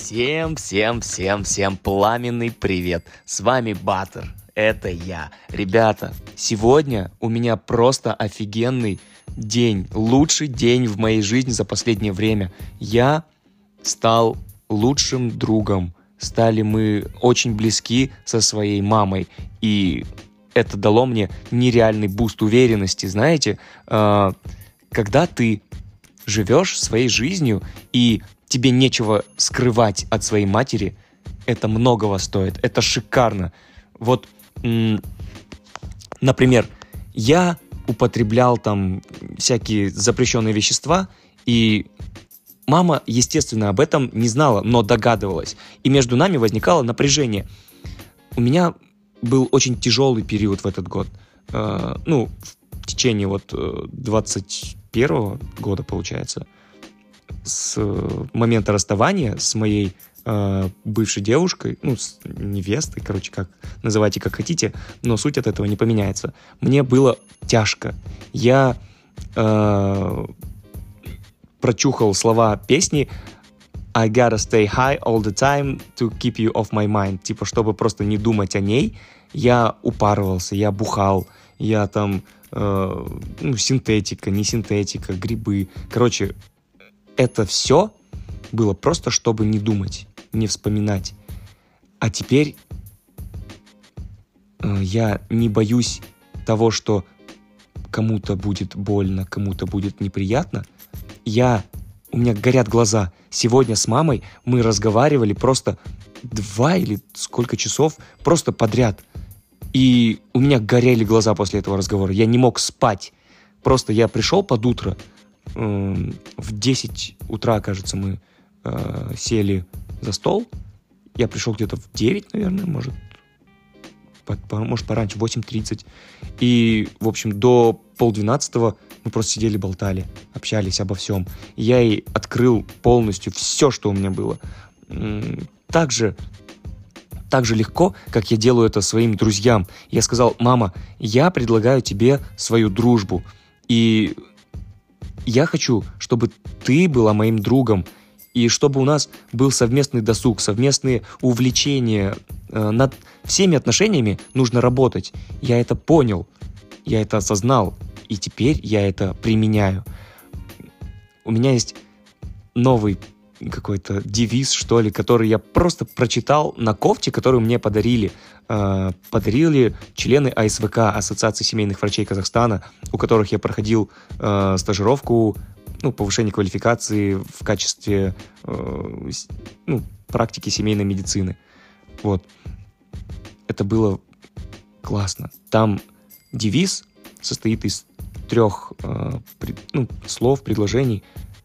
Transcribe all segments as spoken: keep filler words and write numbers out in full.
Всем, всем, всем, всем пламенный привет! С вами Баттер, это я. Ребята, сегодня у меня просто офигенный день, лучший день в моей жизни за последнее время. Я стал лучшим другом, стали мы очень близки со своей мамой, и это дало мне нереальный буст уверенности, знаете, э, когда ты живешь своей жизнью и тебе нечего скрывать от своей матери, это многого стоит, это шикарно. Вот, м- например, я употреблял там всякие запрещенные вещества, и мама, естественно, об этом не знала, но догадывалась. И между нами возникало напряжение. У меня был очень тяжелый период в этот год. Э, ну, в течение вот двадцать первого года, получается, с момента расставания с моей э, бывшей девушкой, ну, с невестой, короче, как называйте как хотите, но суть от этого не поменяется. Мне было тяжко. Я э, прочухал слова песни I gotta stay high all the time to keep you off my mind. Типа, чтобы просто не думать о ней, я упарывался, я бухал, я там, э, ну, синтетика, не синтетика, грибы. Короче, это все было просто, чтобы не думать, не вспоминать. А теперь э, я не боюсь того, что кому-то будет больно, кому-то будет неприятно. Я, у меня горят глаза. Сегодня с мамой мы разговаривали просто два или сколько часов просто подряд. И у меня горели глаза после этого разговора. Я не мог спать. Просто я пришел под утро, в десять утра, кажется, мы э, сели за стол. Я пришел где-то в девять, наверное, может, по, по, может пораньше, в восемь тридцать. И, в общем, до полдвенадцатого мы просто сидели, болтали, общались обо всем. Я ей открыл полностью все, что у меня было. Так же, так же легко, как я делаю это своим друзьям. Я сказал: мама, я предлагаю тебе свою дружбу. И я хочу, чтобы ты была моим другом, и чтобы у нас был совместный досуг, совместные увлечения. Над всеми отношениями нужно работать. Я это понял, я это осознал, и теперь я это применяю. У меня есть новый какой-то девиз, что ли, который я просто прочитал на кофте, которую мне подарили. Э, подарили члены А Эс В К, Ассоциации семейных врачей Казахстана, у которых я проходил э, стажировку, ну, повышение квалификации в качестве э, ну, практики семейной медицины. Вот. Это было классно. Там девиз состоит из трех э, пред, ну, слов, предложений.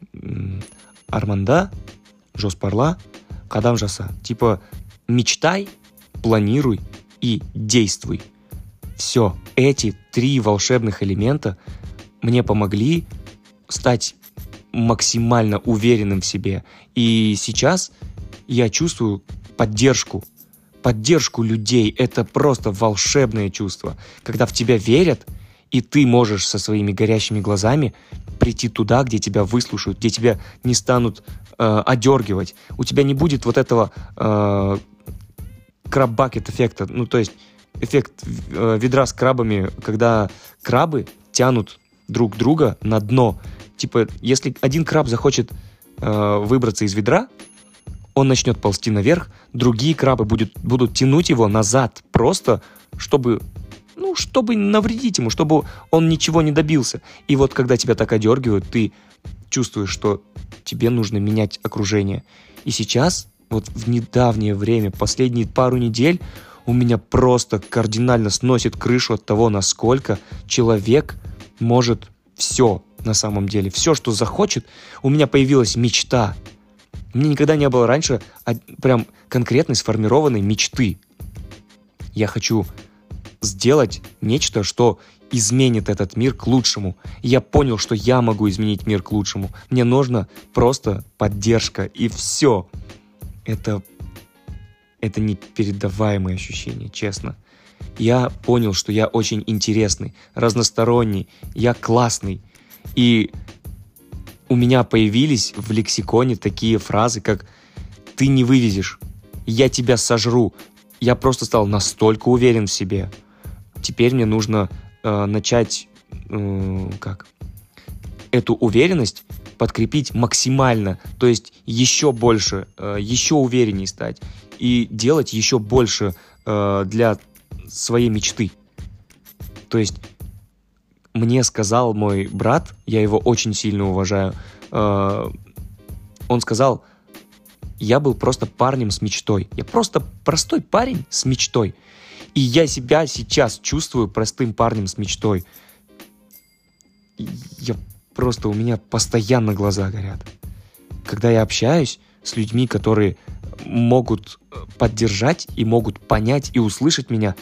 Арманда, Жоспарла, Кадам Жаса. Типа, мечтай, планируй и действуй. Все, эти три волшебных элемента мне помогли стать максимально уверенным в себе. И сейчас я чувствую поддержку. Поддержку людей. Это просто волшебное чувство. Когда в тебя верят, и ты можешь со своими горящими глазами прийти туда, где тебя выслушают, где тебя не станут э, одергивать. У тебя не будет вот этого э, краб-бакет эффекта. Ну, то есть эффект э, ведра с крабами, когда крабы тянут друг друга на дно. Типа, если один краб захочет э, выбраться из ведра, он начнет ползти наверх, другие крабы будет, будут тянуть его назад, просто чтобы... Ну, чтобы навредить ему, чтобы он ничего не добился. И вот когда тебя так одергивают, ты чувствуешь, что тебе нужно менять окружение. И сейчас, вот в недавнее время, последние пару недель, у меня просто кардинально сносит крышу от того, насколько человек может все на самом деле. Все, что захочет. У меня появилась мечта. У меня никогда не было раньше прям конкретной сформированной мечты. Я хочу сделать нечто, что изменит этот мир к лучшему. Я понял, что я могу изменить мир к лучшему. Мне нужна просто поддержка, и все. Это, это непередаваемые ощущения, честно. Я понял, что я очень интересный, разносторонний, я классный. И у меня появились в лексиконе такие фразы, как ты не вывезешь, я тебя сожру. Я просто стал настолько уверен в себе. Теперь мне нужно э, начать, э, как, эту уверенность подкрепить максимально, то есть еще больше, э, еще увереннее стать и делать еще больше э, для своей мечты. То есть мне сказал мой брат, я его очень сильно уважаю, э, он сказал, я был просто парнем с мечтой. Я просто простой парень с мечтой. И я себя сейчас чувствую простым парнем с мечтой. Я просто, у меня постоянно глаза горят. Когда я общаюсь с людьми, которые могут поддержать и могут понять и услышать меня,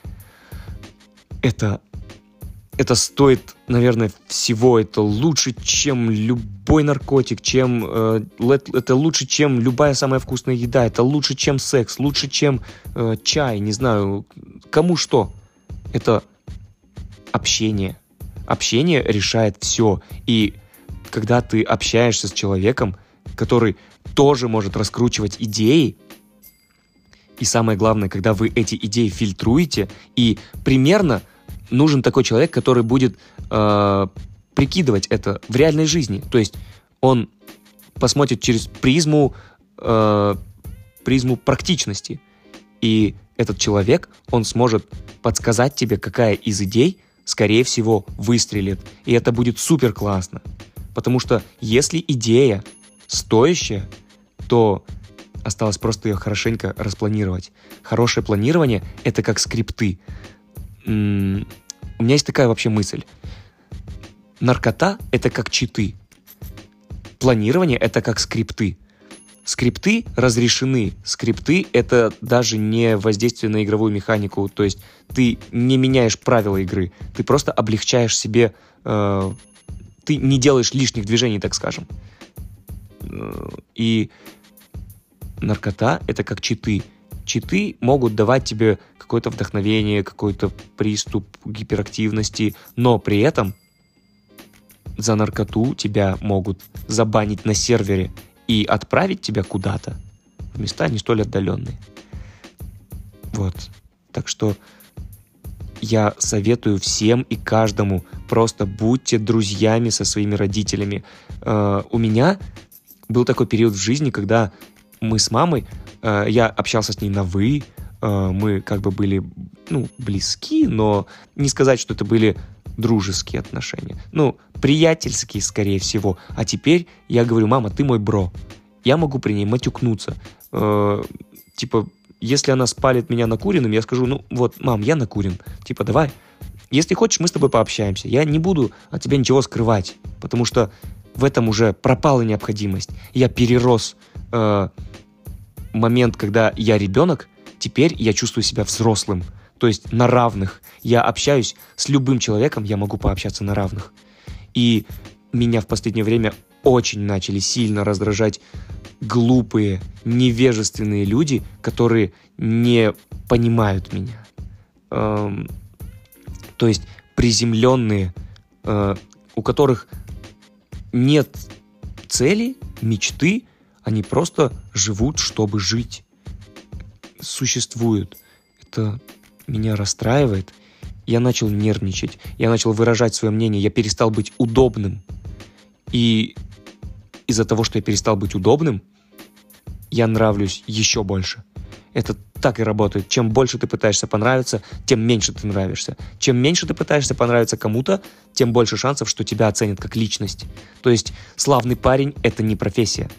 это, это стоит, наверное, всего. Это лучше, чем любой наркотик, чем, э, это лучше, чем любая самая вкусная еда, это лучше, чем секс, лучше, чем э, чай, не знаю, кому что. Это общение. Общение решает все. И когда ты общаешься с человеком, который тоже может раскручивать идеи, и самое главное, когда вы эти идеи фильтруете, и примерно нужен такой человек, который будет э, прикидывать это в реальной жизни. То есть он посмотрит через призму, э, призму практичности. И этот человек, он сможет подсказать тебе, какая из идей, скорее всего, выстрелит. И это будет супер классно. Потому что если идея стоящая, то осталось просто ее хорошенько распланировать. Хорошее планирование — это как скрипты. М- у меня есть такая вообще мысль. Наркота — это как читы. Планирование — это как скрипты. Скрипты разрешены. Скрипты — это даже не воздействие на игровую механику. То есть ты не меняешь правила игры. Ты просто облегчаешь себе... Э, ты не делаешь лишних движений, так скажем. И наркота — это как читы. Читы могут давать тебе какое-то вдохновение, какой-то приступ гиперактивности, но при этом за наркоту тебя могут забанить на сервере и отправить тебя куда-то в места не столь отдаленные. Вот. Так что я советую всем и каждому, просто будьте друзьями со своими родителями. Uh, у меня был такой период в жизни, когда мы с мамой, uh, я общался с ней на «вы», uh, мы как бы были, ну, близки, но не сказать, что это были дружеские отношения. Ну, приятельские, скорее всего. А теперь я говорю: мама, ты мой бро. Я могу при ней матюкнуться. Э, типа, если она спалит меня накуренным, я скажу: ну вот, мам, я накурен. Типа, давай. Если хочешь, мы с тобой пообщаемся. Я не буду от тебя ничего скрывать, потому что в этом уже пропала необходимость. Я перерос э, момент, когда я ребенок, теперь я чувствую себя взрослым. То есть на равных. Я общаюсь с любым человеком, я могу пообщаться на равных. И меня в последнее время очень начали сильно раздражать глупые, невежественные люди, которые не понимают меня. Эм, то есть приземленные, э, у которых нет цели, мечты, они просто живут, чтобы жить. Существуют. Это меня расстраивает. Я начал нервничать, я начал выражать свое мнение, я перестал быть удобным. И из-за того, что я перестал быть удобным, я нравлюсь еще больше. Это так и работает. Чем больше ты пытаешься понравиться, тем меньше ты нравишься. Чем меньше ты пытаешься понравиться кому-то, тем больше шансов, что тебя оценят как личность. То есть славный парень — это не профессия.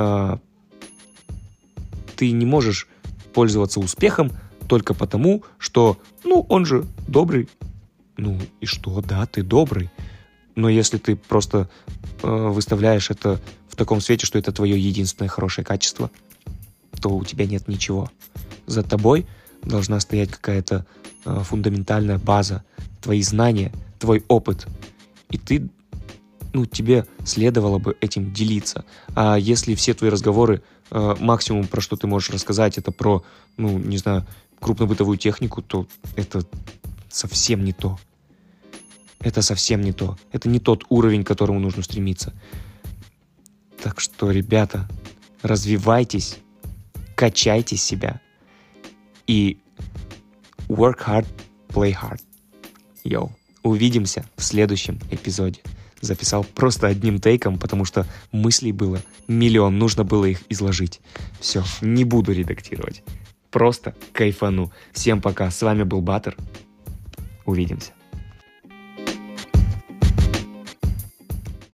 Ты не можешь пользоваться успехом только потому, что, ну, он же добрый. Ну, и что? Да, ты добрый. Но если ты просто э, выставляешь это в таком свете, что это твое единственное хорошее качество, то у тебя нет ничего. За тобой должна стоять какая-то э, фундаментальная база, твои знания, твой опыт. И ты, ну, тебе следовало бы этим делиться. А если все твои разговоры, э, максимум, про что ты можешь рассказать, это про, ну, не знаю, крупнобытовую технику, то это совсем не то. Это совсем не то. Это не тот уровень, к которому нужно стремиться. Так что, ребята, развивайтесь, качайте себя и work hard, play hard. Йоу. Увидимся в следующем эпизоде. Записал просто одним тейком, потому что мыслей было миллион, нужно было их изложить. Все, не буду редактировать. Просто кайфану. Всем пока. С вами был Баттер. Увидимся.